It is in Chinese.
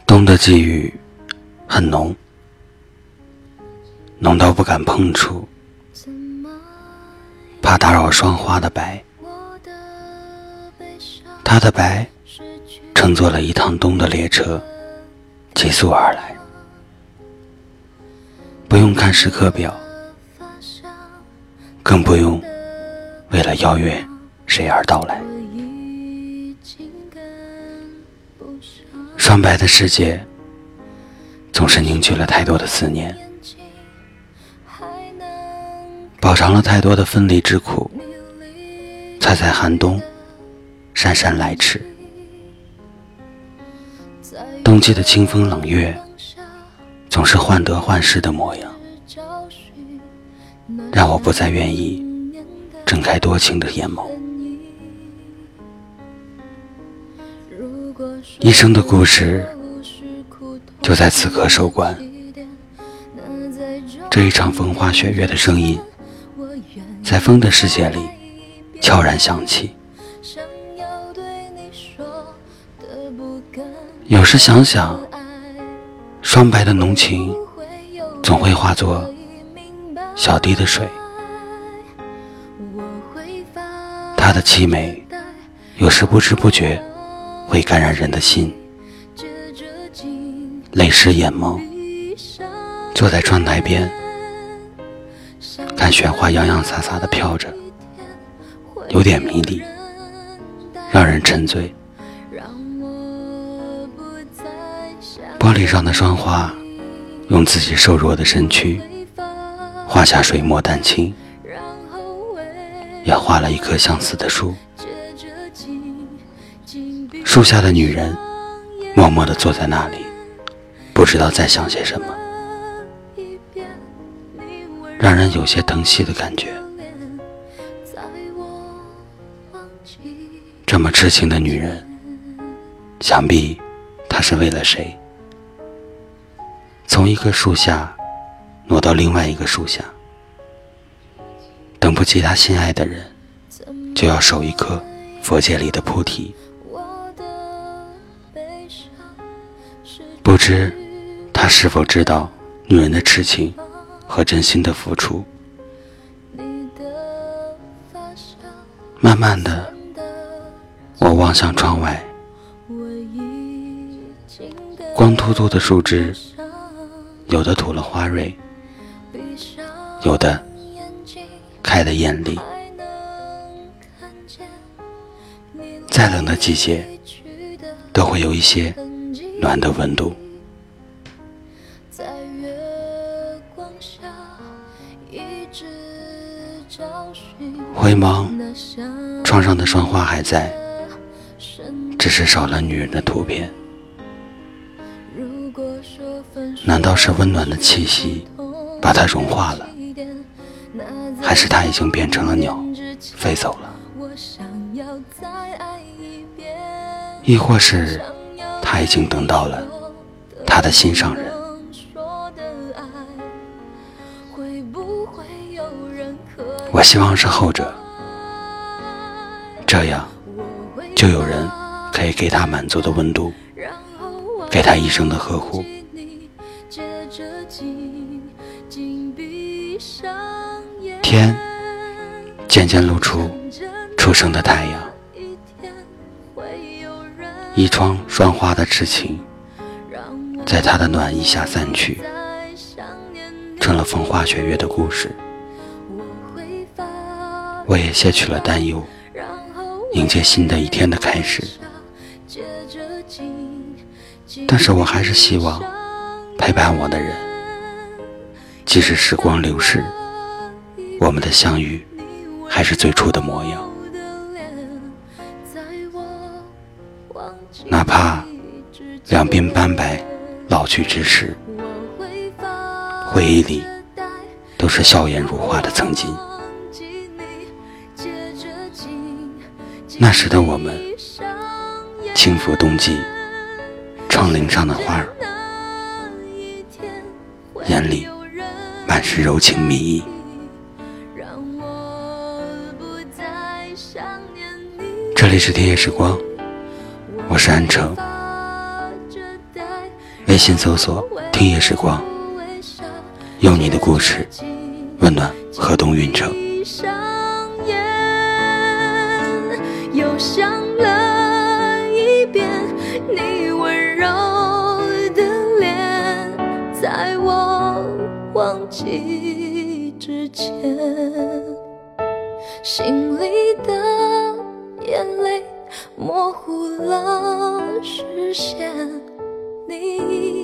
冬的际遇很浓，浓到不敢碰触，怕打扰霜花的白。它的白乘坐了一趟冬的列车，急速而来，不用看时刻表，更不用为了邀约谁而到来。霜白的世界总是凝聚了太多的思念，饱尝了太多的分离之苦，才在寒冬姗姗来迟。冬季的清风冷月总是患得患失的模样，让我不再愿意睁开多情的眼眸。一生的故事就在此刻收官，这一场风花雪月的声音在风的世界里悄然响起。有时想想，霜白的浓情总会化作小滴的水，它的凄美有时不知不觉会感染人的心。泪湿眼眸，坐在窗台边，看雪花洋洋洒洒地飘着，有点迷离，让人沉醉。玻璃上的霜花用自己瘦弱的身躯画下水墨丹青，也画了一棵相似的树。树下的女人默默地坐在那里，不知道在想些什么，让人有些疼惜的感觉。这么痴情的女人，想必她是为了谁，从一棵树下挪到另外一个树下，等不及她心爱的人，就要守一棵佛界里的菩提。不知他是否知道女人的痴情和真心的付出。慢慢的，我望向窗外，光秃秃的树枝，有的吐了花蕊，有的开得艳丽。再冷的季节都会有一些暖的温度。回眸，窗上的霜花还在，只是少了女人的图片。难道是温暖的气息把它融化了，还是它已经变成了鸟飞走了？亦或是他已经等到了他的心上人？我希望是后者，这样就有人可以给他满足的温度，给他一生的呵护。天渐渐露出初升的太阳，一窗霜花的痴情在它的暖意下散去，成了风花雪月的故事。我也卸去了担忧，迎接新的一天的开始。但是我还是希望陪伴我的人，即使时光流逝，我们的相遇还是最初的模样。哪怕两鬓斑白老去之时，回忆里都是笑颜如花的曾经。那时的我们轻抚冬季窗棂上的花儿，眼里满是柔情蜜意。这里是田野时光，我是安城， 微信搜索听夜时光，用你的故事温暖河东运城。 又想了一遍你温柔的脸，在我忘记之前，心里的眼泪模糊了视线，你